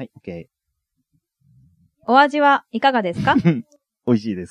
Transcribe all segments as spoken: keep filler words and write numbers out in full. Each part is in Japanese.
い、OK。 お味はいかがですか？ 美味しいです。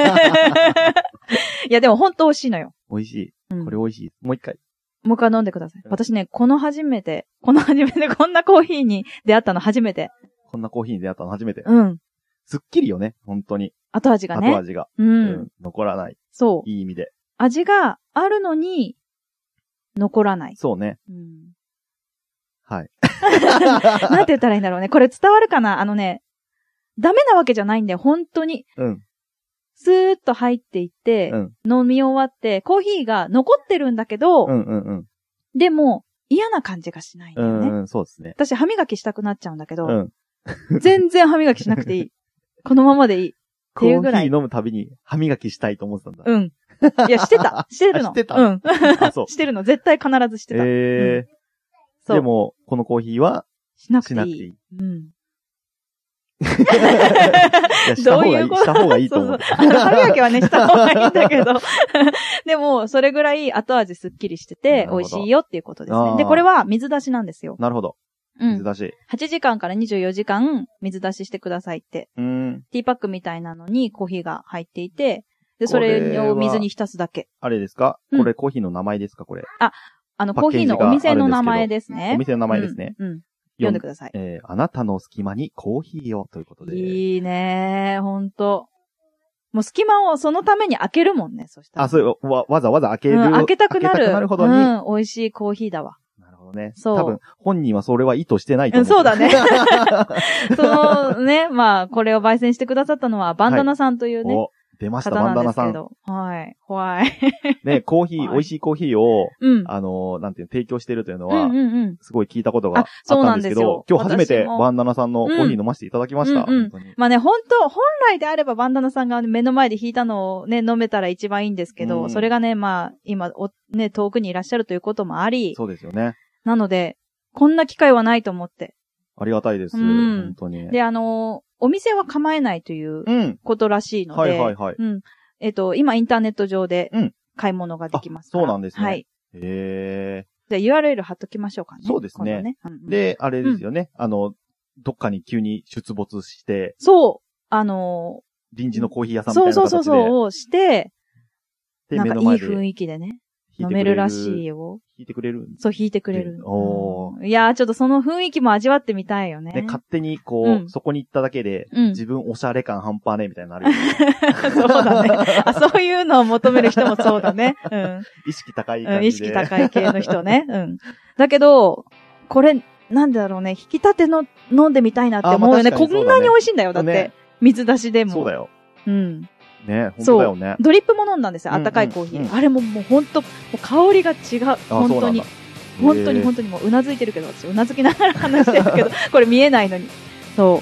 いや、でもほんと美味しいのよ。 美味しい。 うん、 これ美味しい。もう一回。 もう一回飲んでください。私ね、この初めて、この初めて、こんなコーヒーに出会ったの初めて。 こんなコーヒーに出会ったの初めて。 うん。 すっきりよね、本当に。 後味がね。 後味が。 うん。 うん、残らない。 そう。 いい意味で。 味があるのに、残らない。 そうね。 うん。 はい。 なんて言ったらいいんだろうね。これ伝わるかな？あのね、ダメなわけじゃないんだよ、本当に。 うん。 スーッと入っていって、うん、飲み終わって、コーヒーが残ってるんだけど、 うんうんうん。 でも、嫌な感じがしないんだよね。 うん、そうですね。 私、歯磨きしたくなっちゃうんだけど、 うん、 全然歯磨きしなくていい。このままでいい。っていうぐらい。 コーヒー飲むたびに歯磨きしたいと思ってたんだ。 うん。いや、してた。してるの。 してた。 うん。 あ、そう。 してるの。絶対必ずしてた。 えー。うん、そう。でも、このコーヒーは、 しなくていい。 しなくていい。 うん。 いや、した方がいい。した方がいいと思う。 そうそう。歯磨きはね、した方がいいんだけど。でも、それぐらい後味すっきりしてて、美味しいよっていうことですね。で、これは水出しなんですよ。 なるほど。水出し。うん、 はちじかんからにじゅうよじかん水出ししてくださいって。うん。ティーパックみたいなのにコーヒーが入っていて、で、それを水に浸すだけ。 あれですか？これコーヒーの名前ですかこれ。 あ、あの、コーヒーのお店の名前ですね。 お店の名前ですね。 うん。読んでください。 えー、あなたの隙間にコーヒーをということで。 いいねー、ほんと。もう隙間をそのために開けるもんね、そしたら。 あ、そう、わ、わざわざ開ける。 うん、開けたくなる。 開けたくなるほどに。 うん、美味しいコーヒーだわ。 なるほどね。 そう。 多分、本人はそれは意図してないと思う。 そうだね。そのね、まあ、これを焙煎してくださったのは、バンダナさんというね。はい、 出ました、バンダナさん。 はい。怖い。 ね、コーヒー、はい、美味しいコーヒーを、うん、あの、なんていう、提供してるというのは、うんうんうん、すごい聞いたことがあったんですけど、今日初めてバンダナさんのコーヒー飲ませていただきました。 うんうんうん、本当にまあね、本当本来であればバンダナさんが目の前で引いたのをね、飲めたら一番いいんですけど、うん、それがね、まあ、今、お、ね、遠くにいらっしゃるということもあり、 そうですよね。 なので、こんな機会はないと思って。 ありがたいです。うん、本当に。 で、あの、お店は構えないということらしいので、 うん、はいはいはい。 うんえっと、今インターネット上で買い物ができますから、 うん、そうなんですね。 はい。 へー。じゃあ ユーアールエル 貼っときましょうかね。 そうですね。ねうん、で、あれですよね、うん。あの、どっかに急に出没して。 そう。あのー、臨時のコーヒー屋さんみたいな形で。 そうそうそうそう。して、 で、 なんかいい雰囲気でね。飲めるらしいよ。 弾いてくれるそう、弾いてくれる。 おー。 いやー、ちょっとその雰囲気も味わってみたいよね。 ね、勝手にこう、うん、そこに行っただけで、うん、自分おしゃれ感半端ねえみたいになる、ね。 そうだねあ。そういうのを求める人もそうだね。うん。 意識高い感じで、 うん。意識高い系の人ね。うん。だけど、これ、なんだろうね、引き立ての飲んでみたいなって思うよね。まあ、こんなに美味しいんだよ。だって、ね、水出しでも。 そうだよ。 うん。 ね、本当だよね。 ドリップも飲んだんですよ、あったかいコーヒー。うんうんうん、あれももうほんと、もう香りが違う。本当に。本当に本当にもううなずいてるけど、私うなずきながら話してるけど、これ見えないのに。そう。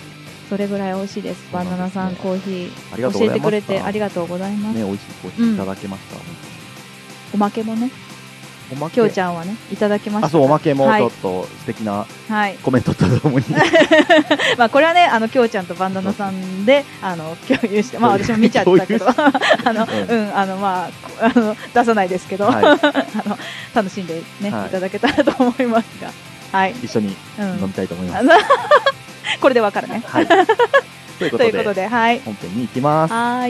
それぐらい美味しいです。バンダナさんコーヒー。教えてくれてありがとうございます。 ね、美味しいコーヒーいただけました。うん、 おまけもね。おまけきょうちゃんはね、いただきました。 あ、そう、おまけもちょっと素敵なコメントとともに。はい、 まあ、これはね、あの、きょうちゃんとバンダナさんで、あの、共有して、まあ、私も見ちゃったけど、あの、うん、あの、まあ、あの、出さないですけど、はい、あの、楽しんでね、はい、いただけたらと思いますが、はい。 一緒に飲みたいと思います。 うん、これでわかるね。 はい。ということで、 ということではい、 本編に行きます。 はい。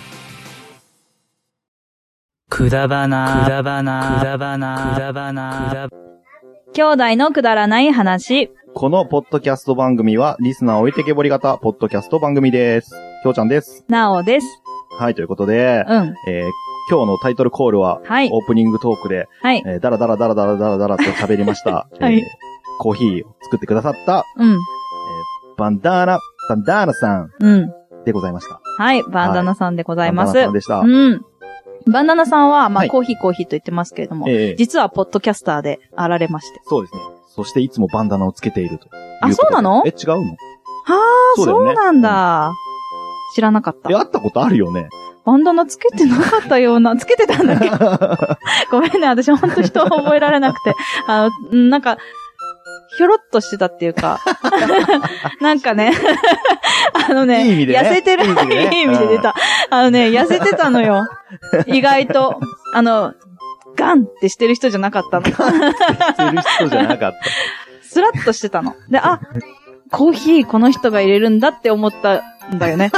くだばな、くだばな、くだばな、くだばな、 兄弟のくだらない話。 このポッドキャスト番組は、リスナー置いてけぼり型、ポッドキャスト番組です。きょうちゃんです。 なおです。 はい、ということで、 うん。 えー、今日のタイトルコールは、はい、オープニングトークで、はい。えー、だらだらだらだらだらだらと喋りました。はい、えー。コーヒーを作ってくださった、 うん。えー、 バンダーナ、バンダーナさん。 うん。 でございました。 はい、バンダナさんでございます。 バンダナさんでした。 うん。バンダナさんは、まあ、はい、コーヒーコーヒーと言ってますけれども、えー、実はポッドキャスターであられまして。 そうですね。そしていつもバンダナをつけているという。 あ、そうなの？ え、違うの？ はあ、そう、ね、そうなんだ、うん。知らなかった。 え、会ったことあるよね？ バンダナつけてなかったような、つけてたんだけど。ごめんね、私ほんと人を覚えられなくて。あの、なんか、ひょろっとしてたっていうか。なんかね、あのね、 いい意味でね、 痩せてる、いい意味で、ね、いい意味で出た。あのね、痩せてたのよ。意外と。あの、ガンってしてる人じゃなかったの。 してる人じゃなかった。 スラッとしてたの。で、あ、 コーヒーこの人が入れるんだって思ったんだよね。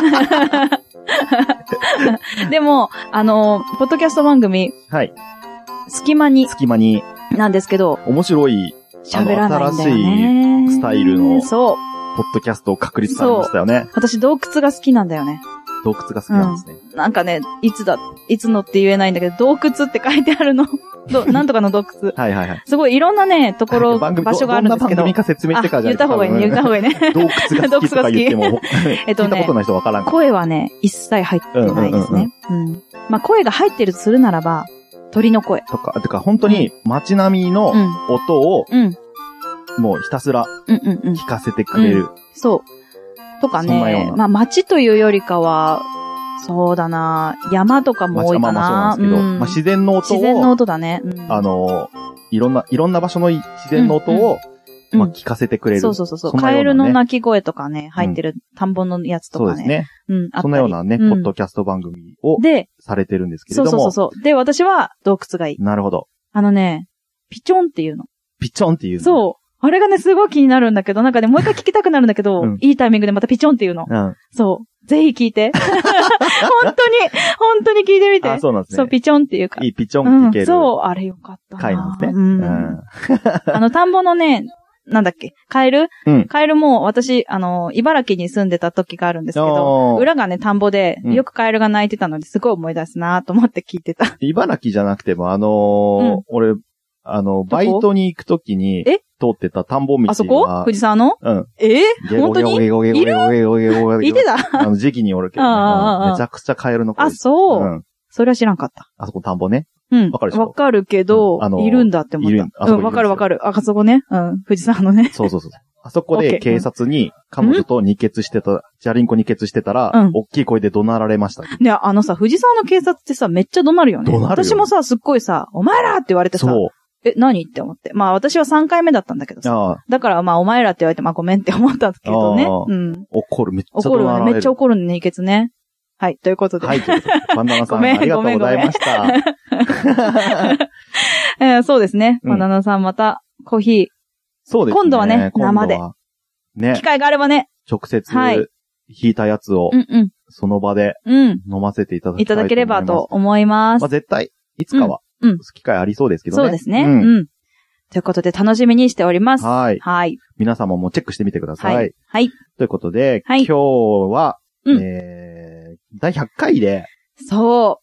でも、あの、ポッドキャスト番組。 はい。 隙間に。 隙間に。 なんですけど。 面白い。 喋らないんだよね。新しいスタイルの。 そう。 ポッドキャストを確立されましたよね。 私洞窟が好きなんだよね。 洞窟が好きなんですね、 うん。なんかね、いつだ、いつのって言えないんだけど、洞窟って書いてあるの。ど、なんとかの洞窟。 はいはいはい。 すごいいろんなね、ところ、場所があるんですけど。 どんな番組か説明してからじゃないですか。言った方がいいね、言った方がいいね。 洞窟が好きとか言っても、えっとね、聞いたことない人わからん。 声はね、一切入ってないですね。うん。まあ声が入ってるとするならば、鳥の声。 とか、てか本当に街並みの音を、うん。もうひたすら、聞かせてくれる。 そう。とかね、まあ街というよりかは、そうだな山とかも多いかな。 まあまあそうなんですけど、うん、まあ自然の音を。 自然の音だね。うん、 あの、いろんな、いろんな場所の自然の音を、うんうん、まあ聞かせてくれる。 そうそうそう。カエルの鳴き声とかね、入ってる田んぼのやつとかね。 そうですね。 うん。 そんなようなね、ポッドキャスト番組を、で、されてるんですけれども。 そうそうそう。で、私は洞窟がいい。 なるほど。 あのね、ピチョンっていうの。 ピチョンっていうの。 そう。あれがね、すごい気になるんだけど、なんかね、もう一回聞きたくなるんだけど、うん、いいタイミングでまたピチョンっていうの。うん、そう。ぜひ聞いて。本当に、本当に聞いてみて。 あ、そうなんですね。 そう、ピチョンっていうか。 いいピチョン聞ける。 うん、そう、あれよかったな。 回なんですね。 うん。うん、あの、田んぼのね、なんだっけ、カエル、うん、カエルも私、あの、茨城に住んでた時があるんですけど、裏がね、田んぼで、よくカエルが鳴いてたのですごい思い出すなと思って聞いてた。 茨城じゃなくても、あのーうん、俺、あの、バイトに行くときに、通ってた田んぼ道が。 あそこ藤沢のうん。えー、本当にいるいてたあの、時期におるけど、ね、めちゃくちゃカエルの声。 あ、そう。うん。それは知らんかった。 あそこ田んぼね。 うん。わかるでしょわかるけど、うん、いるんだって思った。いる。うん、わかるわかる。あそこね。うん。藤沢のね。 そうそうそう。あそこで警察に彼女と二血してた、ジャリンコ二血してたら、うん、大きい声で怒鳴られました。 いや、あのさ、藤沢の警察ってさ、めっちゃ怒鳴るよね。怒鳴るよ。私もさ、すっごいさ、お前らって言われてさ、そう。え、何って思って。まあ私はさんかいめだったんだけどさ。だからまあお前らって言われてまあごめんって思ったんだけどね。うん。 怒る、めっちゃ怒るよね。めっちゃ怒るね、二血ね。はい、ということで。 はい、ということで。バンダナさん、ありがとうございました。 えー、そうですね。バンダナさんまたコーヒー。 そうですね。 今度はね、生で。ね。機会があればね。 直接、引いたやつを、その場で、飲ませていただきたいと思います。いただければと思います。 まあ絶対、いつかは。うん。機会ありそうですけどね。 そうですね。うん。うん、ということで楽しみにしております。はい。はい。 皆様もチェックしてみてください。はい。 はい、 ということで、はい、今日は、うん、えー、だいひゃっかいで。 そう。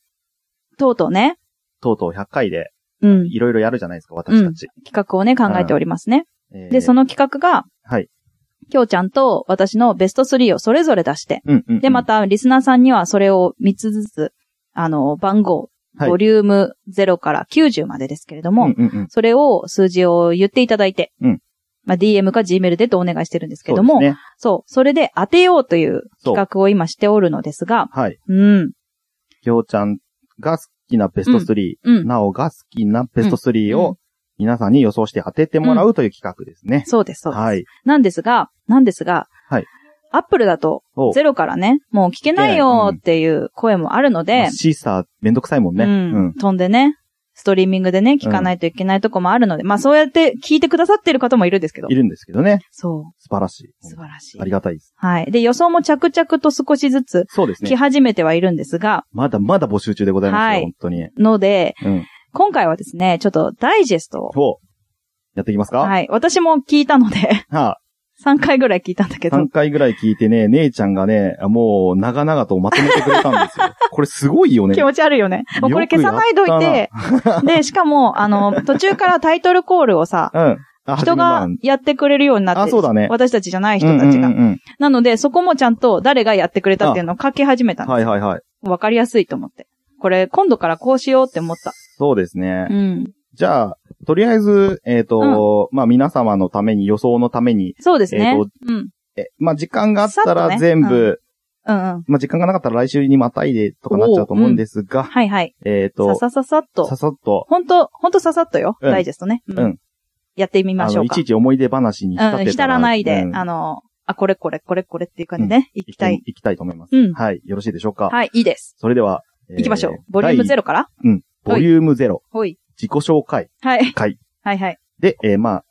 とうとうね。 とうとうひゃっかいで。うん。いろいろやるじゃないですか、私たち。 うん、企画をね、考えておりますね。うんえー、で、その企画が、はい。きょうちゃんと私のベストスリーをそれぞれ出して。うんうんうん、で、また、リスナーさんにはそれをみっつずつ、あの、番号、ボリュームゼロからきゅうじゅうまでですけれども、うんうんうん、それを数字を言っていただいて、うん、まあ、ディーエム か Gmail でとお願いしてるんですけども、そうですね、そう、それで当てようという企画を今しておるのですが、はい。うん。 きょうちゃんが好きなベストスリー、うん、なおが好きなベストスリーを皆さんに予想して当ててもらうという企画ですね。うん、 そうです、そうです。はい。なんですが、なんですが、はい。アップルだと、ゼロからね、もう聞けないよっていう声もあるので。 まあ、シーサーめんどくさいもんね。 うん。うん、飛んでね、ストリーミングでね、聞かないといけないとこもあるので、うん、まあそうやって聞いてくださってる方もいるんですけど。 いるんですけどね。 そう。 素晴らしい。 素晴らしい。 ありがたいです。 はい。で、予想も着々と少しずつ、そうですね。来始めてはいるんですが。 まだまだ募集中でございますよ、はい、本当に。 ので、うん、今回はですね、ちょっとダイジェストを。 やっていきますか？ はい。私も聞いたので。はあ。さんかいぐらい聞いたんだけど。 さんかいぐらい聞いてね、姉ちゃんがね、もう長々とまとめてくれたんですよ。これすごいよね。 気持ち悪いよね。もうこれ消さないといて、で、しかも、あの、途中からタイトルコールをさ、うん、人がやってくれるようになって、あ、そうだね。私たちじゃない人たちが、うんうんうん。なので、そこもちゃんと誰がやってくれたっていうのを書き始めたんです。はいはいはい。わかりやすいと思って。これ、今度からこうしようって思った。 そうですね。うん。じゃあ、とりあえず、えっ、ー、と、うん、まあ、皆様のために、予想のために。 そうですね。 えっ、ー、と、うん。え、まあ、時間があったら全部、ね、うん、うんうん。まあ、時間がなかったら来週にまたいでとかなっちゃうと思うんですが。うん、 はいはい。 えっ、ー、と、 ささささっと。 ささっと。 ほんと、ほんとささっとよ。うん、ダイジェストね。うん。うん、やってみましょうか。 いちいち思い出話に浸ってたら、うん、 浸らないで、うん、あの、あ、これこれこれこれっていう感じでね、うん、行きたい。 行きたいと思います。うん。はい。よろしいでしょうか。 はい、いいです。 それでは、 えー、行きましょう。ボリュームゼロからうん。ボリュームゼロ。 ほい。 自己紹介。 はい。 回。 はいはい。 で、えー、まあ、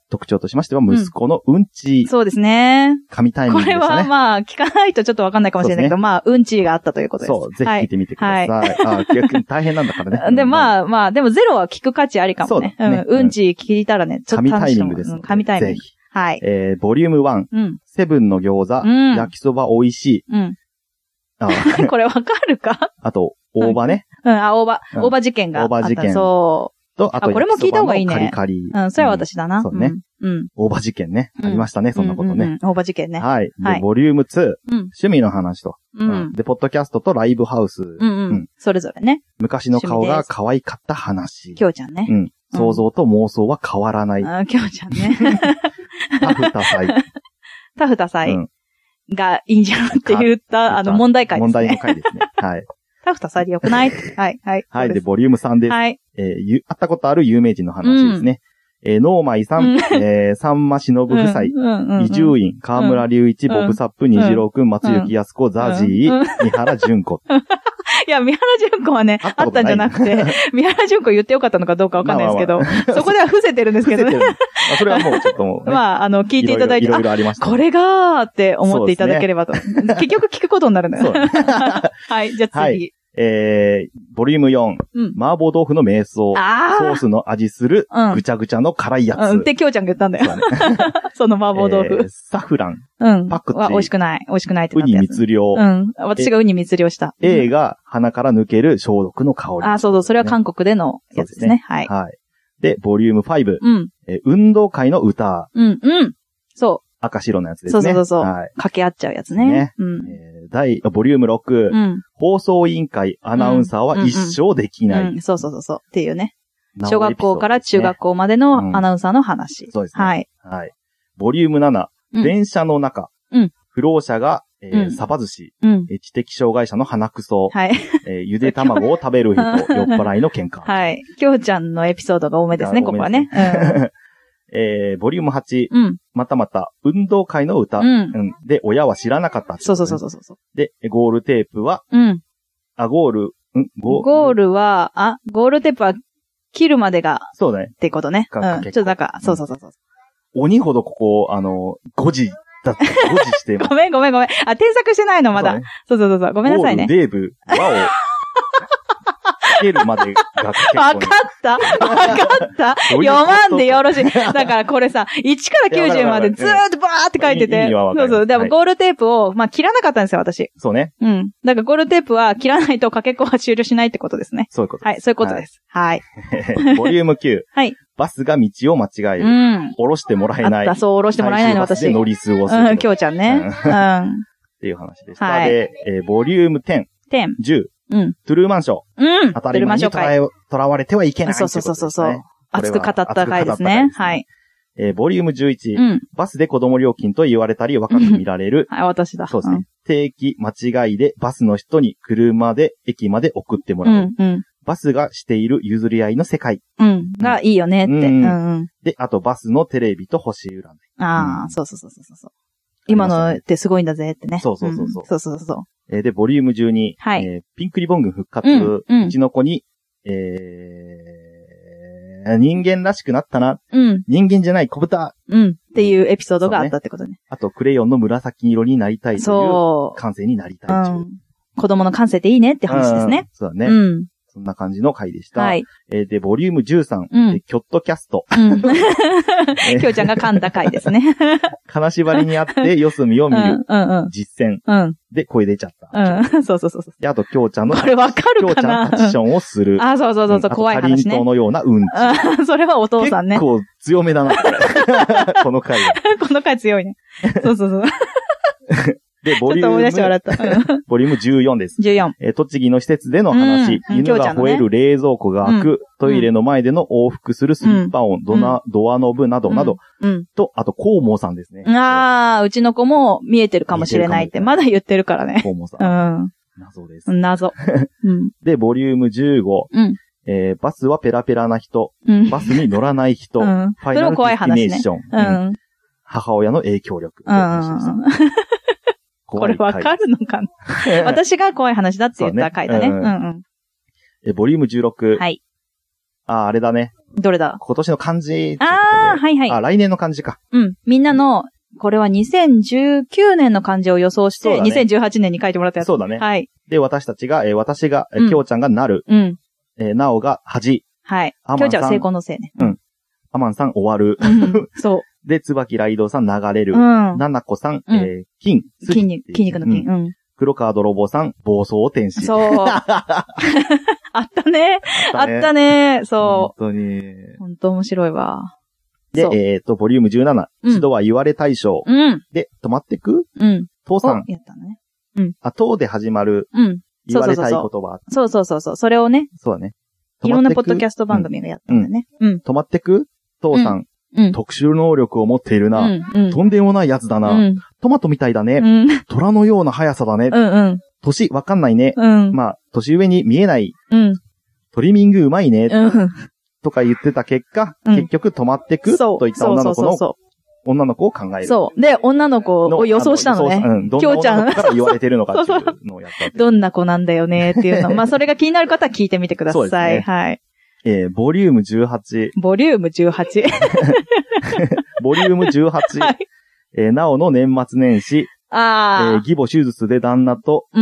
特徴としましては、息子のうんち、 そうですね。 神タイミングでしたね。 これはまあ、聞かないとちょっとわかんないかもしれないけど、ね、まあ、うんちがあったということです。 そう、ぜひ聞いてみてください。はい、あ逆に大変なんだからね。 で、まあまあ、でもゼロは聞く価値ありかもね。そうね。うん、うんち聞いたらね、ちょっと神タイミングです。 神タイミング。 ぜひ。はい。えー、ボリュームワン。うん。セブンの餃子。うん。焼きそば美味しい。うん。 あこれわかるかあと、大葉ね。 うん、あ、大葉。大葉事件があった。 大葉事件。 そう。 と、あと、 これも聞いた方がいいね。 カリカリ。 うん、それは私だな。 そうね。うん。大葉事件ね。ありましたね、そんなことね。 大葉事件ね。 はい。で、ボリュームツー。うん。趣味の話と。うん。で、ポッドキャストとライブハウス。 うんうん。それぞれね。 昔の顔が可愛かった話。 きょうちゃんね。 うん。想像と妄想は変わらない。 あ、きょうちゃんね。 タフ多彩。 タフ多彩がいいんじゃんって言った、あの、問題回ですね。 問題の回ですね。はい。 タフ多彩でよくないはい、はい。 はい。で、ボリュームスリーです。はい。えー、ゆ、会ったことある有名人の話ですね。えー、ノーマイさん、えー、さんましのぶ夫妻、伊集院、河村隆一、ボブサップ、虹郎くん、松雪康子、ザジー、三原純子。 いや、三原純子はね、あったんじゃなくて、三原純子言ってよかったのかどうかわかんないですけど、そこでは伏せてるんですけどね。 それはもうちょっともう。 まあ、あの、聞いていただいて、 いろいろありました。 これがーって思っていただければと。結局聞くことになるんだよ。はい、じゃあ次。 えー、ボリュームよん。うん。麻婆豆腐の瞑想。ああ。ソースの味する、うん。ぐちゃぐちゃの辛いやつ。 うん。ってきょうちゃんが言ったんだよ。そうね。その麻婆豆腐。 えー、サフラン。 うん。 パクチー。 は美味しくない。美味しくないってなったやつ。ウニ密漁。 うん。私がウニ密漁した。 A が鼻から抜ける消毒の香り。 ああ、そうそう。それは韓国でのやつですね。はい。 はい。で、ボリュームファイブ。 うん。 えー、運動会の歌。 うん、うん。そう。 赤白のやつですね。 そうそうそう。はい。掛け合っちゃうやつね。ね。うん。 えー、第、ボリュームろく。うん。放送委員会アナウンサーは一生できない。 うんうんうん、そうそうそうそう。っていうね。小学校から中学校までのアナウンサーの話。 うん、そうですね。 はい。 はい。ボリュームなな。うん、電車の中。うん。不老者が、えー、サバ寿司。うん。知的障害者の鼻くそ。はい。えー、ゆで卵を食べる人、酔っ払いの喧嘩。 はい。きょうちゃんのエピソードが多めですね、ここはね。うん。 えー、ボリュームはち。うん。またまた、運動会の歌。うん。うん、で、親は知らなかった、ね。 そうそうそうそうそう。 で、ゴールテープは、うん。あ、ゴール、んゴール。ゴールは、あ、ゴールテープは、切るまでが。 そうだね。 ってことね。うん。ちょっとなんか、そうそうそうそう。 鬼ほどここ、あの、ごじだって、ごじしてごめんごめんごめん。あ、添削してないの、まだ。そうそうそうそう。ごめんなさいね。 ゴール、デーブ、ワオ。つけるまでが結構、ね。 わかったわかった読まんでよろしい。だからこれさ、いちからきゅうじゅうまでずーっとバーって書いてて。そうそう。でもゴールテープを、まあ、切らなかったんですよ、私。 そうね。 うん。だからゴールテープは切らないとかけっこは終了しないってことですね。 そういうことです。 はい、そういうことです。はい。 ボリュームきゅう。はい。バスが道を間違える。うん。降ろしてもらえない。 あった、そう、降ろしてもらえないの、私。 で乗り過ごす。うん、 きょうちゃんね。うん。 っていう話でした。はい。で、えー、ボリュームじゅう。じゅう。うん。トゥルーマンショー。うん。当たり前にとらわれてはいけない。 そうそうそうそうそう。熱く語った回ですね。はい。 えー、ボリュームじゅういち。うん。バスで子供料金と言われたり若く見られる。 はい、私だ。 そうですね。定期間違いでバスの人に車で駅まで送ってもらう。うん。うん。バスがしている譲り合いの世界。 うん。がいいよねって。うん。 で、あとバスのテレビと星占い。 ああ、そうそうそうそうそう。今のってすごいんだぜってね。 そうそうそうそう。 そうそうそう。 えー、で、ボリュームじゅうに。はい。えー、ピンクリボン軍復活。うん。うちの子に、えー、人間らしくなったな。うん。人間じゃない小豚。 うん。っていうエピソードがあったってことね。ねあと、クレヨンの紫色になりたいという感性になりたいという。うん。 子供の感性っていいねって話ですね。 そうだね。うん。そんな感じの回でした。はい。えー、で、ボリュームじゅうさん。うん。キョットキャスト。うん。 きょうちゃんが噛んだ回ですね。 金縛りにあって、四隅を見る。うんうんうん。実践。うん。で、声出ちゃった。 うん。そうそうそうそう。 で、あと、きょうちゃんの。 これわかるかな？ きょうちゃんパチションをする。 あ、そうそうそうそう、怖い話ね。 かりんとうのようなうんち。 あ、それはお父さんね。 結構強めだな。この回は。 この回強いね。そうそうそう。 で、ボリューム、 思い出して笑った。 ボリュームじゅうよんです。 じゅうよん。 えー、栃木の施設での話、うん、犬が吠える冷蔵庫が開く、うん、トイレの前での往復するスリッパ音、うん、ドナ、ドアノブなどなど、うん、と、あと、コウモさんですね。 ああ、うちの子も見えてるかもしれないって、まだ言ってるからね。 コウモさん。 うん。 謎です。 謎。うん、 で、ボリュームじゅうご。うん。えー、バスはペラペラな人、うん、バスに乗らない人、うん、ファイナルディスティネーション、ねうん、母親の影響力。うんこれわかるのかな私が怖い話だって言った回だね。うんうん。 え、ボリュームじゅうろく。はい。あ、あれだね。 どれだ今年の漢字。 ああ、はいはい。 あ、来年の漢字か。 うん。みんなの、これはにせんじゅうきゅうねんの漢字を予想して、ね、にせんじゅうはちねんに書いてもらったやつ。 そうだね。 はい。 で、私たちが、えー、私が、えー、きょうちゃんがなる。 うん。 えー、なおが恥。 はい。きょうちゃんは成功のせいね。 うん。アマンさん終わる。 うん、そう。 で、つばきらいどうさん流れる。 うん。 ななこさん、 うん、 えー、筋。 筋肉、筋肉の筋。うん。 黒川泥棒さん、暴走天使。 そう。あったね。あったね。そう。 本当に。 本当面白いわ。 で、えっと、ボリュームじゅうなな。 うん、 一度は言われ大賞。 うん。 で、止まってくうん。 父さん。 やったね。うん。 あ、父で始まる。 うん。 言われたい言葉。 そうそうそうそう。それをね。 そうだね。 いろんなポッドキャスト番組がやったんだね。うん。 止まってく父さん。うん。特殊能力を持っているな。うん。とんでもないやつだな。うん。トマトみたいだね。うん。虎のような速さだね。うんうん。年わかんないね。うん。まあ、年上に見えない。うん。トリミングうまいね。うん。とか言ってた結果、結局止まってくといった女の子の、女の子を考える。そう。で、女の子を予想したのね。うん。きょうちゃん。どんなから言われてるのかっていうのをやった。どんな子なんだよねっていうの。まあ、それが気になる方は聞いてみてください。そうですね。はい。えー、ボリュームじゅうはち。ボリュームじゅうはち。ボリュームじゅうはち。はい、えー、なおの年末年始。ああ。えー、義母手術で旦那と。うん。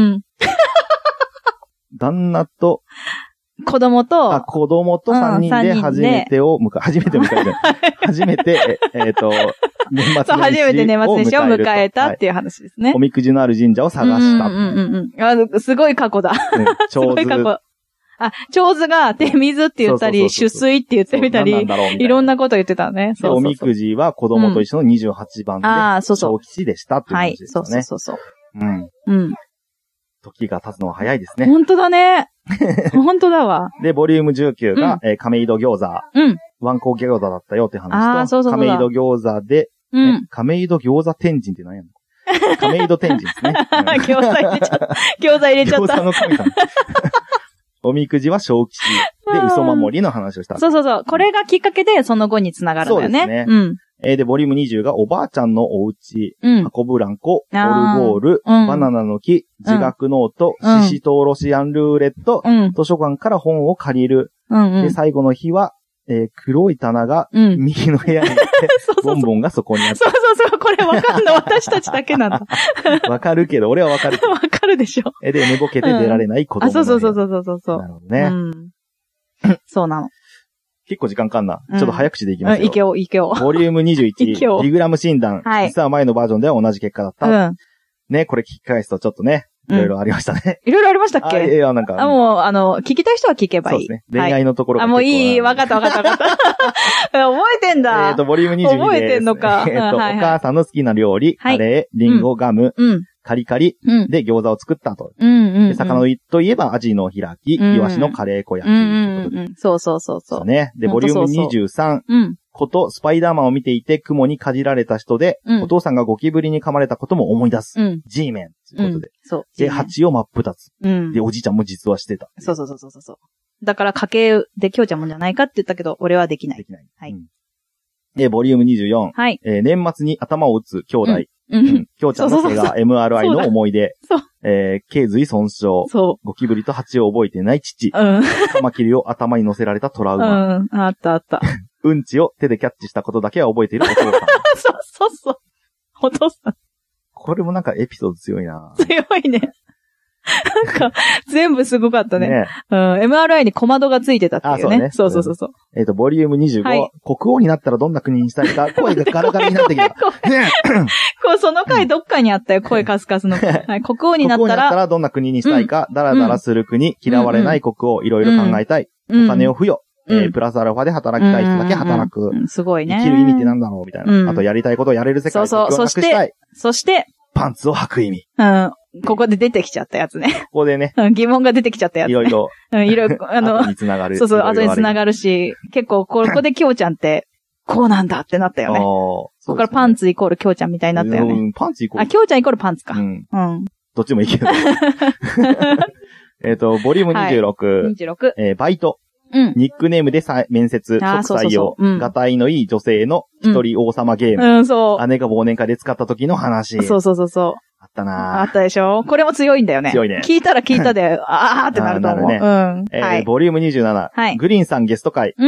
旦那と。子供と。あ、子供とさんにんで初めてを迎え、初めてを迎える。初めて、えっ、えー、と、年末年始を迎える。そう、初めて年末年始を迎えたっていう話ですね。はい、おみくじのある神社を探した。うんうんうんうん。あ、すごい過去だ。うん、すごい過去。あ、長図が手水って言ったり、出水って言ってみたり、いろんなこと言ってたね。そうそうそう。おみくじは子供と一緒のにじゅうはちばんで、小吉でしたっていう話ですね。はい、そうそうそう。うん。うん。時が経つのは早いですね。本当だね。本当だわ。で、ボリュームじゅうきゅうが、うん、えー、亀戸餃子。うん。ワンコ餃子だったよって話と、あそうそうそう亀戸餃子で、うん。亀戸餃子天神って何やの亀戸天神ですね。餃子入れちゃった。餃子入れちゃった。餃子の神様。おみくじは小吉で嘘守りの話をした。そうそうそう。これがきっかけでその後に繋がるんだよね。そうですね。うん。えー、で、ボリュームにじゅうがおばあちゃんのお家、うん、箱ブランコ、オルゴール、うん、バナナの木、自学ノート、うん、シシトウロシアンルーレット、うん、図書館から本を借りる。うんうん、で、最後の日は、えー、黒い棚が右の部屋にあって、うん、ボンボンがそこにあった。そうそうそう、これわかんの私たちだけなんだ。わかるけど、俺はわかる。わかるでしょ。え、で、寝ぼけて出られない子供の部屋、うん。あ、そうそうそうそうそう。なるほどね。うん、そうなの。結構時間かかんな。ちょっと早口でいきますよ。うん、いけよう、いけよう。ボリュームにじゅういち。いけよう。リグラム診断。はい。実は前のバージョンでは同じ結果だった。うん。ね、これ聞き返すとちょっとね、いろいろありましたね。いろいろありましたっけ？あ、いや、なんか。あ、もう、あの、聞きたい人は聞けばいい。そうですね。恋愛のところが、はい。あ、もういい。わかったわかったわかった。覚えてんだ。えっと、ボリュームにじゅうにです。覚えてんのか。えっと、お母さんの好きな料理、カレー、リンゴ、ガム、うん。カリカリで餃子を作ったと。うんうんうん、魚といえばアジの開き、イワシのカレー粉焼き。うんうんうん、そうそうそうそう。そうね。で、ボリュームにじゅうさん。うん、ことスパイダーマンを見ていて雲にかじられた人で、うん、お父さんがゴキブリに噛まれたことも思い出す。うん、G メンということで。うん、そう。で、蜂を真っ二つ。うん、で、おじいちゃんも実はしてた。そうそうそうそうそう。だから家系できょうちゃんもんじゃないかって言ったけど、俺はできない。できない。はい。うん、で、ボリュームにじゅうよん。はい。えー、年末に頭を打つ兄弟。うんうん。きょうちゃんの怪我、エムアールアイ の思い出。そう。えー、頸髄損傷。そう。ゴキブリと蜂を覚えていない父。うん。カマキリを頭に乗せられたトラウマ。うん。あったあった。うんちを手でキャッチしたことだけは覚えているお父さん。そうそうそう。お父さん。これもなんかエピソード強いな。強いね。なんか、全部すごかったね。ねうん。エムアールアイ に小窓がついてたっていうね。あ、そうね。そうそうそうそう。えっ、ー、と、ボリュームにじゅうご、はい。国王になったらどんな国にしたいか、声がガラガラになってきた。ねこう、その回どっかにあったよ、声カスカスの。はい。国王になったら。国王になったらどんな国にしたいか、うん、ダラダラする国、嫌われない国王、いろいろ考えたい。うん、お金を付与。うん、えー、プラスアルファで働きたい人だけ働く。うんうん、すごいね。生きる意味ってなんだろうみたいな、うん。あと、やりたいことをやれる世界をそうそう、そして、そして、パンツを履く意味。うん。ここで出てきちゃったやつね。ここでね。うん、疑問が出てきちゃったやつ、ね。いろいろ。うん、いろいろ、あの、後に繋がる。そうそう、後に繋がるし、結構、ここできょうちゃんって、こうなんだってなったよね。ここからパンツイコールきょうちゃんみたいになったよね。うん、パンツイコール。あ、きょうちゃんイコールパンツか。うん。うん。どっちもいいけど。えっと、ボリュームにじゅうろく。はい、にじゅうろく。えー、バイト。うん。ニックネームでさ面接、即採用、がたいのいい女性の一人王様ゲーム。うん、うん、そう。姉が忘年会で使った時の話。そうそうそうそう。あったなぁ。あったでしょこれも強いんだよね。強いね。聞いたら聞いたで、あーってなると思う。ね、うん。えーはい、ボリュームにじゅうなな。はい。グリーンさんゲスト会。うん。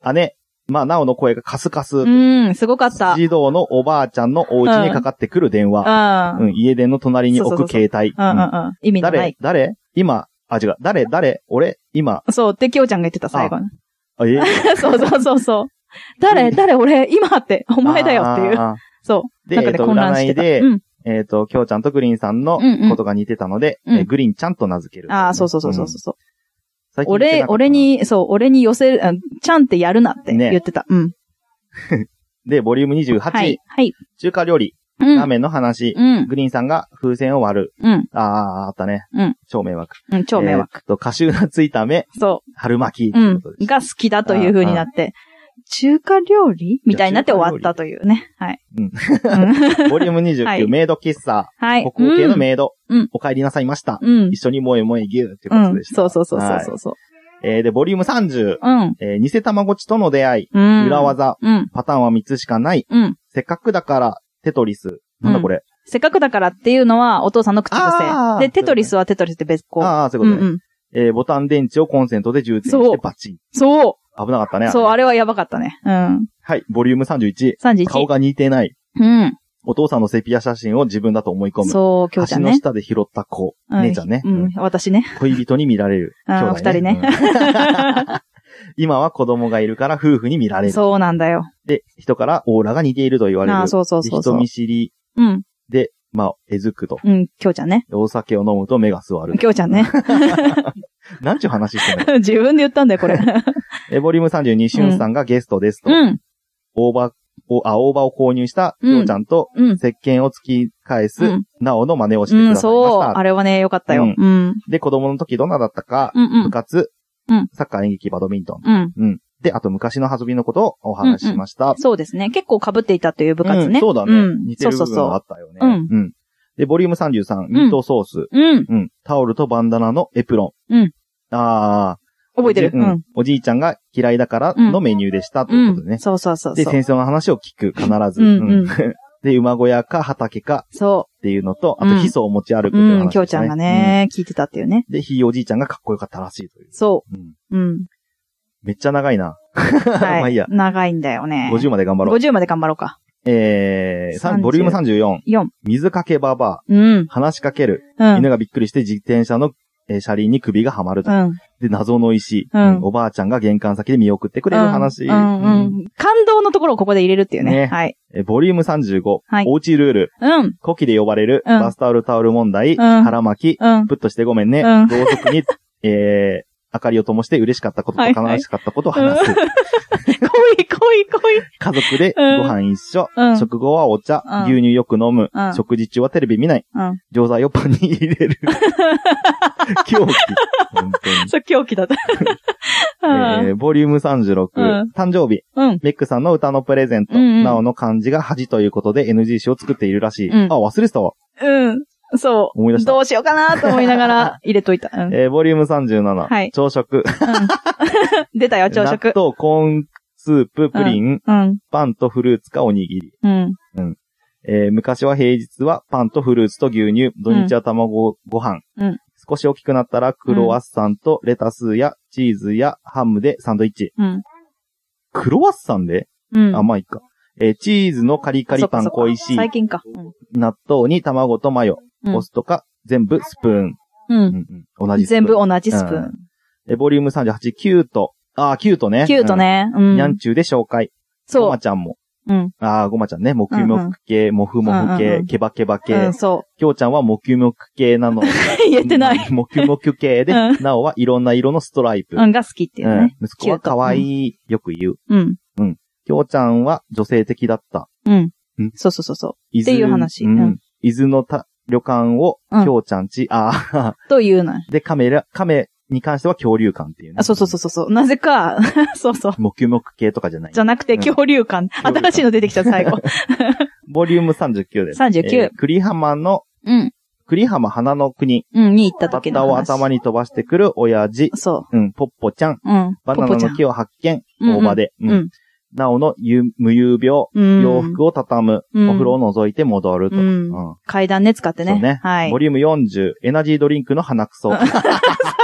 姉、まあ、なおの声がカスカス。 うん、すごかった。 児童のおばあちゃんのお家にかかってくる電話。うん。うん、家電の隣に置く携帯。 うんうんうん。意味のない。 誰誰今、あ、違う。誰誰俺今。 そう、ってきょうちゃんが言ってた、最後に。 あ、えそうそうそうそう。誰誰俺今って、お前だよっていう。そう。 で、えっと、占いで、えっと、きょうちゃんとグリーンさんのことが似てたので、グリーンちゃんと名付ける。 ああ、そうそうそうそうそう。俺、俺に、そう、俺に寄せる、ちゃんってやるなって言ってた。うん。 で、ボリュームにじゅうはち。はい。はい。中華料理。ラーメンの話。うん。グリーンさんが風船を割る。うん。ああ、あったね。うん。超迷惑。 うん、超迷惑。 えっと、カシューナッツ炒め。 そう。 春巻き。 うん。が好きだという風になって。中華料理みたいになって終わったというね。はい。うん。 ボリュームにじゅうきゅう、はい、メイド喫茶。はい。北欧系のメイド。うん。お帰りなさいました。うん。一緒に萌え萌え牛ってことでした。うん。そうそうそうそうそう。えー、で、ボリュームさんじゅう。うん。えー、偽卵ちとの出会い。うん。裏技。うん。パターンはみっつしかない。うん。せっかくだから、テトリス。なんだこれ。 せっかくだからっていうのは、お父さんの口癖。で、テトリスはテトリスって別個。 ああ、そういうことね。うん。えー、ボタン電池をコンセントで充電してバッチン。 そう。 危なかったね。 そう、あれはやばかったね。うん。 はい、ボリュームさんじゅういち。さんじゅういち。顔が似てない。うん。お父さんのセピア写真を自分だと思い込む。そう、きょうちゃんね。橋の下で拾った子。姉ちゃんね。 うん、私ね。 恋人に見られる。 兄弟ね。二人ね。 今は子供がいるから夫婦に見られる。 そうなんだよ。 で、人からオーラが似ていると言われる。あ、そうそうそう。人見知り。うん。で、まあ、えずくと。 うん、きょうちゃんね。 お酒を飲むと目が座る。 きょうちゃんね。 なんちゅう話してんの自分で言ったんだよ、これ。 え、ボリュームさんじゅうに、しゅんさんがゲストですと。うん。大葉、お、あ、大葉を購入したきょうちゃんと、うん。石鹸を突き返す、なおの真似をしてくださいました。うん、そう。あれはね、よかったよ。うん。 で、子供の時どんなだったか、うんうん、部活、うん。サッカー、演劇、バドミントン。うん。うん。で、あと昔の遊びのことをお話ししました。 うんうん、そうですね。結構被っていたという部活ね。 うん、そうだね。うん、似てる部分があったよね。そうそうそう。うん。うん。で、ボリュームさんじゅうさん、ミートソース。うん。うん。タオルとバンダナのエプロン。うん。あー。 覚えてる。うん。 おじいちゃんが嫌いだからのメニューでした、ということでね。 そうそうそう。 で、先生の話を聞く、必ず。うん。で、馬小屋か畑か。そう。っていうのと、あと、ヒ素を持ち歩くっていう話。うん、きょうちゃんがね、聞いてたっていうね。 で、ひいおじいちゃんがかっこよかったらしいという。そう。うん。うん。めっちゃ長いな。 はい。まあいいや。長いんだよね。 ごじゅうまで頑張ろう。 ごじゅうまで頑張ろうか。 えー、ボリュームさんじゅうよん。よん。水かけばば。うん。話しかける。うん。犬がびっくりして自転車の、えー、車輪に首がはまると。うん。で、謎の石。うん。おばあちゃんが玄関先で見送ってくれる話。うん。うんうん、 感動のところをここで入れるっていうね。ね。はい。 えー、ボリュームさんじゅうご。はい。おうちルール。うん。古希で呼ばれる。うん。バスタオルタオル問題。うん。腹巻き。うん。プッとしてごめんね。うん。ろうそくに、えー、明かりを灯して嬉しかったことと悲しかったことを話す。はいはい濃い濃い濃い。 家族でご飯一緒。うん、食後はお茶、うん。牛乳よく飲む、うん。食事中はテレビ見ない。うん、錠剤をパンに入れる。狂気。本当に。 そう、狂気だった。 えー、ボリュームさんじゅうろく。うん、誕生日、うん。メックさんの歌のプレゼント。うんうん、なおの漢字が恥ということで エヌジー 詞を作っているらしい。うん、あ、忘れてたわ。 うん。そう。思い出した。どうしようかなと思いながら入れといた。 うん、えー、ボリュームさんじゅうなな。はい。朝食。うん、 出たよ、朝食。 納豆、コーンスープ、プリン、うん、パンとフルーツかおにぎり。うん。うん。えー、昔は平日はパンとフルーツと牛乳、土日は卵ご飯。うん。少し大きくなったらクロワッサンとレタスやチーズやハムでサンドイッチ。うん。クロワッサンでうん。あ、まあいいか。えー、チーズのカリカリパン恋しい。 最近か。 うん。納豆に卵とマヨ。お酢とか、全部スプーン。うん。うんうん、同じスプーン。 全部同じスプーン。うん、 え、ボリュームさんじゅうはち、キュート。ああ、キュートね。 キュートね。うん。 にゃんちゅうで紹介。そう。ごまちゃんも。うん。ああ、ごまちゃんね。もきゅもく系、もふもふ系、ケバケバ系。うん、そう。きょうちゃんはもきゅもく系なの。 言えてない。 もきゅもく系で、なおはいろんな色のストライプ。 うん、が好きっていうね。 息子は可愛い、よく言う。うん。うん。きょうちゃんは女性的だった。うん。 そうそうそうそう。っていう話。うん。伊豆のた、旅館を、きょうちゃんち、ああ。 というの。 で、カメラ、カメに関しては恐竜館っていうね。 あ、そうそうそうそう。なぜか、そうそう。 もきゅもく系とかじゃない。 じゃなくて、恐竜館。新しいの出てきた、最後。 ボリュームさんじゅうきゅうです。 さんじゅうきゅう。 栗浜の、うん。栗浜花の国。 うん、に行った時の話。 バッタを頭に飛ばしてくる親父。そう。うん、ポッポちゃん。うん。バナナの木を発見。大場で。うん。なおの無遊病、洋服を畳む、お風呂を覗いて戻ると。 階段ね、使ってね。そうね。はい。 ボリュームよんじゅう、エナジードリンクの鼻くそ。 最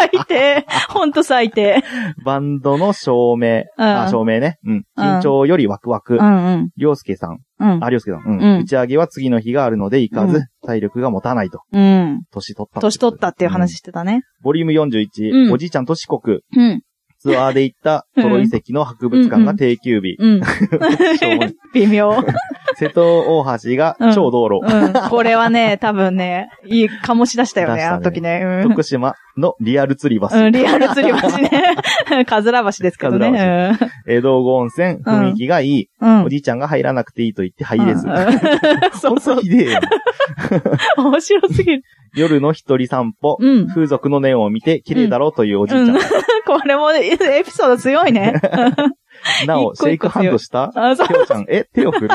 低。ほんと最低。 バンドの照明。 うん、 あ、照明ね。うん。緊張よりワクワク。 うんうん。 りょうすけさん。 うん。 あ、りょうすけさん。うん。 うん、 打ち上げは次の日があるので行かず、うん、体力が持たないと。 うん。 年取った。 年取ったっていう話してたね。うん、 ボリュームよんじゅういち、うん、おじいちゃんと四国。 うん。 ツアーで行ったトロ遺跡の博物館が定休日。 うん。うん、微妙。 瀬戸大橋が超道路。 うん。うん、これはね、多分ね、いい醸し出したよね、あの時ね。うん、 徳島のリアル釣り橋。 うん、リアル釣り橋ね。かずら橋ですけどね。うん、 え道後温泉、雰囲気がいい、うん。おじいちゃんが入らなくていいと言って入れず。うんうん、そうそう。ひでえよ。 面白すぎる。 夜の一人散歩、うん、風俗のネオンを見て綺麗だろうというおじいちゃん。うんうん、 これもエピソード強いね。 なお、シェイクハンドしたあ、そう。 きょうちゃん、え、手を振る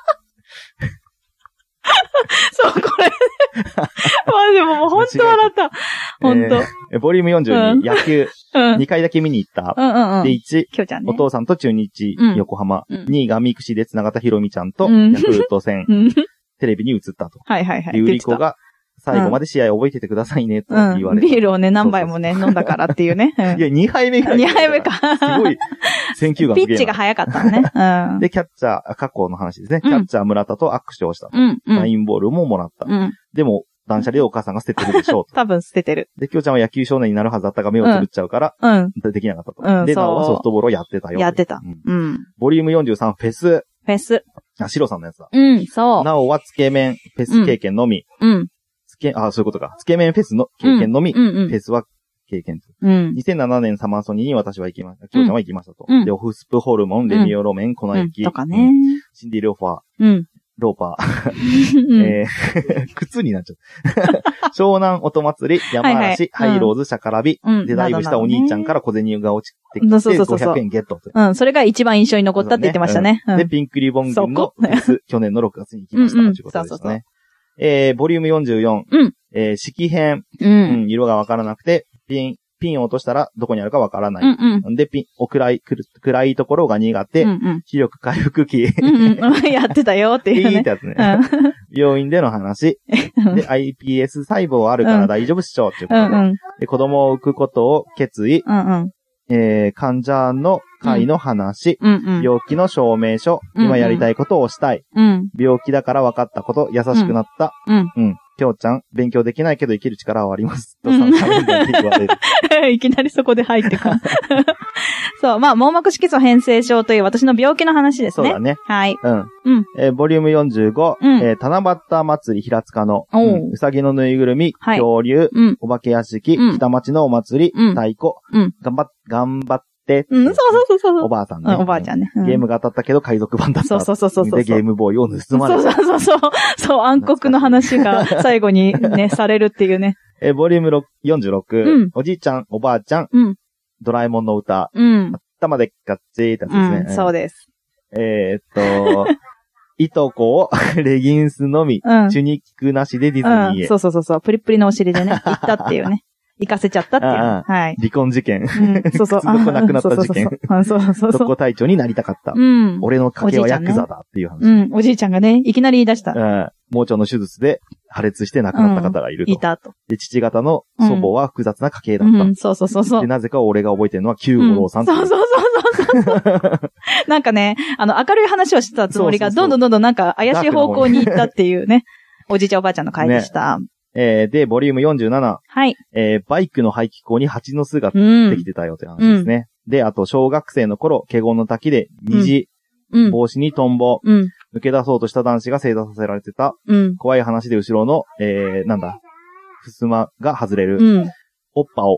そう、これ、ね。まあでももう本当笑った。本当、 えー。ボリュームよんじゅうに、うん、野球、うん、にかいだけ見に行った。 うんうんうん、 で、いち、 きょうちゃんね、 お父さんと中日、うん、横浜、うん。にいがミクシで繋がったひろみちゃんと、 うん、 ヤクルト戦、うん、テレビに映ったと。 はいはいはい。 で、売り子が、最後まで試合覚えててくださいね、と言われて、うん。 ビールをね、何杯もね、飲んだからっていうね。うん、 いや、にはいめぐらい。 にはいめか。 すごい、選球眼すげえな。 ピッチが早かったね。うん、 で、キャッチャー、過去の話ですね。キャッチャー村田と握手をした。 うん。 ラインボールももらった。 うん。 でも、断捨離でお母さんが捨ててるでしょうと。 多分捨ててる。 で、きょうちゃんは野球少年になるはずだったが目をつぶっちゃうから、 うん。 できなかったと。 うん。 で、なおはソフトボールをやってたよ。 やってた。うん。うん、 ボリュームよんじゅうさん、フェス。 フェス。 あ、シロさんのやつだ。 うん、そう。 なおはつけ麺、フェス経験のみ。 うん。 つけ、あ、そういうことか。つけ麺フェスの経験のみ。うんうんうん、フェスは経験。 うん。 にせんななねんサマーソニーに私は行きました。きょうちゃんは行きましたと。うん、で、オフスプホルモン、レミオロメン、粉雪。 うん、とかね、うん。 シンディ・ローファー。 うん。 ローパー。えー、靴になっちゃった。湘南音祭り、山嵐、はいはい、ハイローズ、シャカラビ、うん、で、ダイブしたお兄ちゃんから小銭が落ちてきて、そうそうそうそうごひゃくえんゲットと。 うん、それが一番印象に残ったって言ってましたね。 うん、で、ピンクリボン軍のフェス、去年のろくがつに行きました。ということですね。そうそうそうえー、ボリュームよんじゅうよん。 うん。 えー、色変。 うん。うん、 色がわからなくて、ピン、ピンを落としたらどこにあるかわからない。 うんうん。 で、ピン、お暗い、暗いところが苦手。 うんうん。 視力回復期。 うんうん。やってたよっていうね。 いいってやつね。うん、病院での話。で、アイピーエス 細胞あるから大丈夫っしょっていうことで。うんうん。で、子供を産くことを決意。 うんうん。 えー、患者の会の話、 うんうんうん、 病気の証明書、うんうん、今やりたいことをしたい、 うん、 病気だから分かったこと、優しくなった、 うん。 うん。きょうちゃん、勉強できないけど生きる力はあります。とさんかいめって言われる。 いきなりそこで入ってくる。そう、まあ、網膜色素変性症という私の病気の話ですね。 そうだね。 はい。 うん。 うん。 えー、ボリュームよんじゅうご、 うん、 えー、七夕祭り平塚の、 うん、 うさぎのぬいぐるみ、 はい、 恐竜、 うん、 お化け屋敷、うん、北町のお祭り、 うん、 太鼓、 うん、 頑張っ、頑張って、 うん、そうそうそうそう。 おばあさんね。 うん、おばあちゃんね、 うん。ゲームが当たったけど海賊版だった。 そうそうそうそうそう。 で、ゲームボーイを盗まれた。 そうそうそうそう。そう、暗黒の話が最後にね、されるっていうね。 えー、ボリュームよんじゅうろく、 うん、 おじいちゃん、おばあちゃん、 うん、 ドラえもんの歌、 うん、 頭でっかっちーってやつですね。 うん、そうです。 えー、っと、いとこをレギンスのみ、うん、チュニックなしでディズニーへ、 うん。そうそうそうそう。プリプリのお尻でね、行ったっていうね。行かせちゃったっていう。 ああはい。 離婚事件。 うん、そうそう。 靴どこなくなった事件。 そうそうそう。 特攻隊長になりたかった。 うん。 俺の家系はヤクザだっていう話。 うん。おじいちゃんがね、いきなり言い出した。 うん。盲腸の手術で破裂して亡くなった方がいると。 うん、いたと。 で、父方の祖母は複雑な家系だった。 うん、そうそうそうそう。 で、なぜか俺が覚えてるのは九五郎さん、 うん。そうそうそうそうそう。なんかね、あの、明るい話をしてたつもりが、どんどんどんどんなんか怪しい方向に行ったっていうね。おじいちゃんおばあちゃんの回でした。ねえー、で、ボリュームよんじゅうなな。 はい。 えー、バイクの排気口に蜂の巣ができてたよという話ですね。うん、で、あと、小学生の頃、華厳の滝で虹、うん、帽子にトンボ、うん、抜け出そうとした男子が正座させられてた、 うん、 怖い話で後ろの、えー、なんだ、ふすまが外れる、 うん、 おっぱを。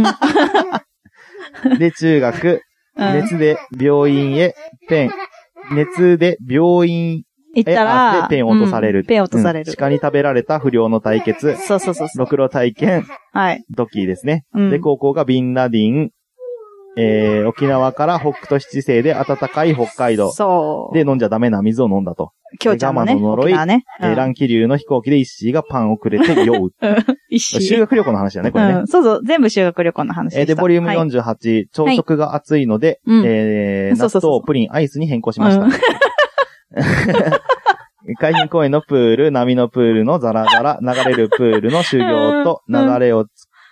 うん、で、中学、熱で病院へ、ペン、熱で病院行ったら、 ペンを落とされる。 うん、ペンを落とされる、 うん。鹿に食べられた不良の対決。 そうそうそうそう。 ろくろ体験。 はい。 ドッキーですね。 うん、 で、高校がビンラディン。えー、沖縄から北斗七星で暖かい北海道。 そう。 で、飲んじゃダメな水を飲んだと。 きょうちゃんのね。 ガマの呪い。 ねうん、 えー、乱気流の飛行機で一シーがパンをくれて酔う。 一シー。 修学旅行の話だね、これね。 うん、そうそう。全部修学旅行の話でした。 えー、で、ボリュームよんじゅうはち。朝、はい、食が熱いので、 うん、 えー、納豆、プリン、アイスに変更しました。うん海浜公園のプール、波のプールのザラザラ、流れるプールの修行と流れを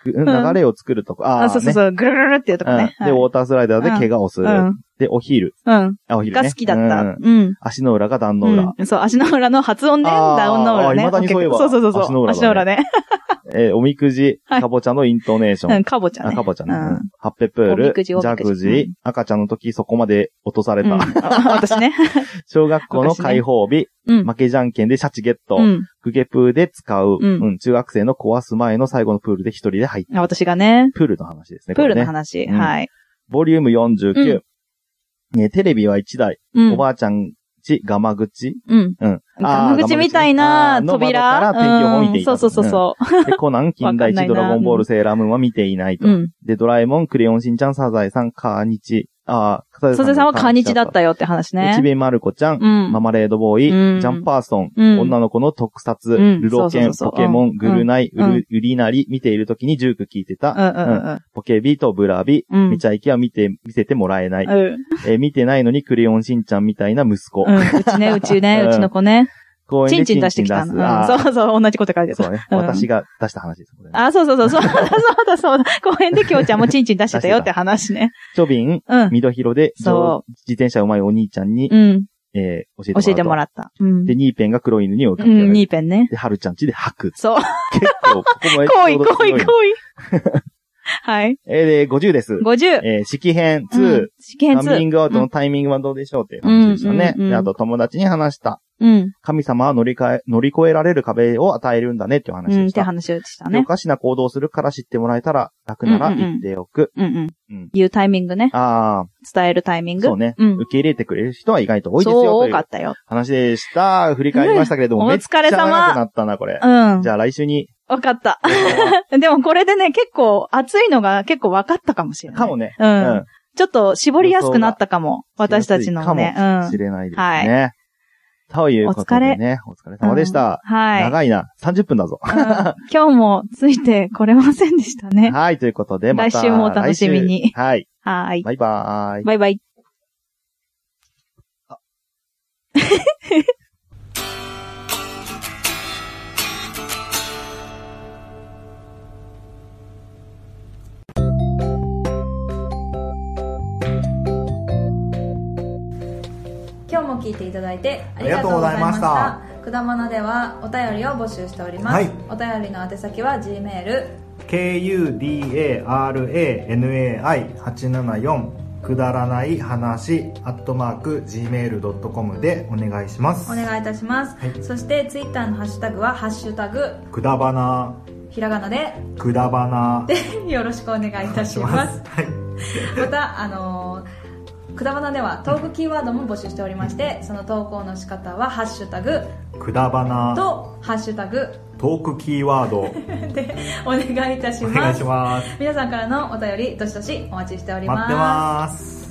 流れを作るとこ。 あ、そうそうそう、ぐるぐるっていうとこね。 で、ウォータースライダーで怪我をする。で、お昼。 うん。 あ、お昼ね。 が好きだった。うん。 足の裏が壇の裏。 そう、足の裏の発音ね。壇の裏ね。 あ、未だにそういえば。 そうそうそう。 足の裏。 足の裏ね。 えー、おみくじ、かぼちゃのイントネーション。 うん、かぼちゃね。 かぼちゃね。ハッペプール、ジャグジー、赤ちゃんの時そこまで落とされた。 私ね。 小学校の開放日、負けじゃんけんでシャチゲット、グゲプーで使う、中学生の壊す前の最後のプールで一人で入った。 私がね。 プールの話ですね。 プールの話。はい。 ボリュームよんじゅうきゅう。ね、テレビはいちだい。おばあちゃんち、ガマ口。 うん。うん。ガマ口みたいな扉から天気予報を見ていた。 そうそうそう。 で、コナン、近代一、ドラゴンボール、セーラームーンは見ていないと。で、ドラえもん、クレヨンしんちゃん、サザエさん、カーニチ。ああ、 サザエさんはカーニチだったよって話ね。 ちびまる子ちゃん、ママレードボーイ、ジャンパーソン、女の子の特撮、ルロケン、ポケモン、グルナイ、ウリナリ、見ている時にジューク聞いてた。ポケビとブラビ、めちゃイケは見て、見せてもらえない。見てないのにクレヨンしんちゃんみたいな息子。 うちね、うちね、うちの子ね。チンチン出してきたの。そうそう、同じこと書いてた。 そうね。私が出した話です。 あ、そうそうそう、そうだ、そうだ、そうだ。公園できょうちゃんもチンチン出してたよって話ね。 チョビン、ミドヒロで、そう。自転車うまいお兄ちゃんに、え教えてもらった。 で、ニーペンが黒犬に追いかけられる。 ニーペンね。 で、ハルちゃんちで吐く。 そう。 結構、ここも濃い、濃い、濃い。はい。 えー、で、ごじゅうです。 ごじゅう。 えー、式編に。 式編に。 カミングアウトのタイミングはどうでしょうっていう話でしたね。で、あと友達に話した。うん。神様は乗り換え、乗り越えられる壁を与えるんだねっていう話でした。うん、 って話でしたね。 おかしな行動するから知ってもらえたら楽なら言っておく。 うんうん。うん。言うタイミングね。ああ。伝えるタイミング。 そうね。うん。受け入れてくれる人は意外と多いですよ。 そう、多かったよ。 話でした。振り返りましたけれども、 お疲れ様。 めっちゃ長くなったな、これ。 うん。 じゃあ来週に。 わかった。でもこれでね、結構熱いのが結構わかったかもしれない。 かもね。 うん。ちょっと絞りやすくなったかも。私たちのね。 かもしれないですね。はい。ということでね、お疲れ様でした。はい。長いな。さんじゅっぷんだぞ。 今日もついてこれませんでしたね。 はい、ということで、また来週もお楽しみに。 はい。 はい。 バイバーイ。 バイバイ。今日も聞いていただいてありがとうございました。くだまなではお便りを募集しております。はい、お便りの宛先は G メールケーユーディーエーアールエーエヌエーアイはちななよん くだらない話アットマーク ジーメールドットコム でお願いします。 お願いいたします。はい、そしてツイッターのハッシュタグはハッシュタグくだばなひらがなでくだばなでよろしくお願いいたします。はい、またあのーくだばなではトークキーワードも募集しておりまして、その投稿の仕方はハッシュタグくだばなとハッシュタグトークキーワードでお願いいたします。 お願いします。 皆さんからのお便りどしどしお待ちしております。 待ってます。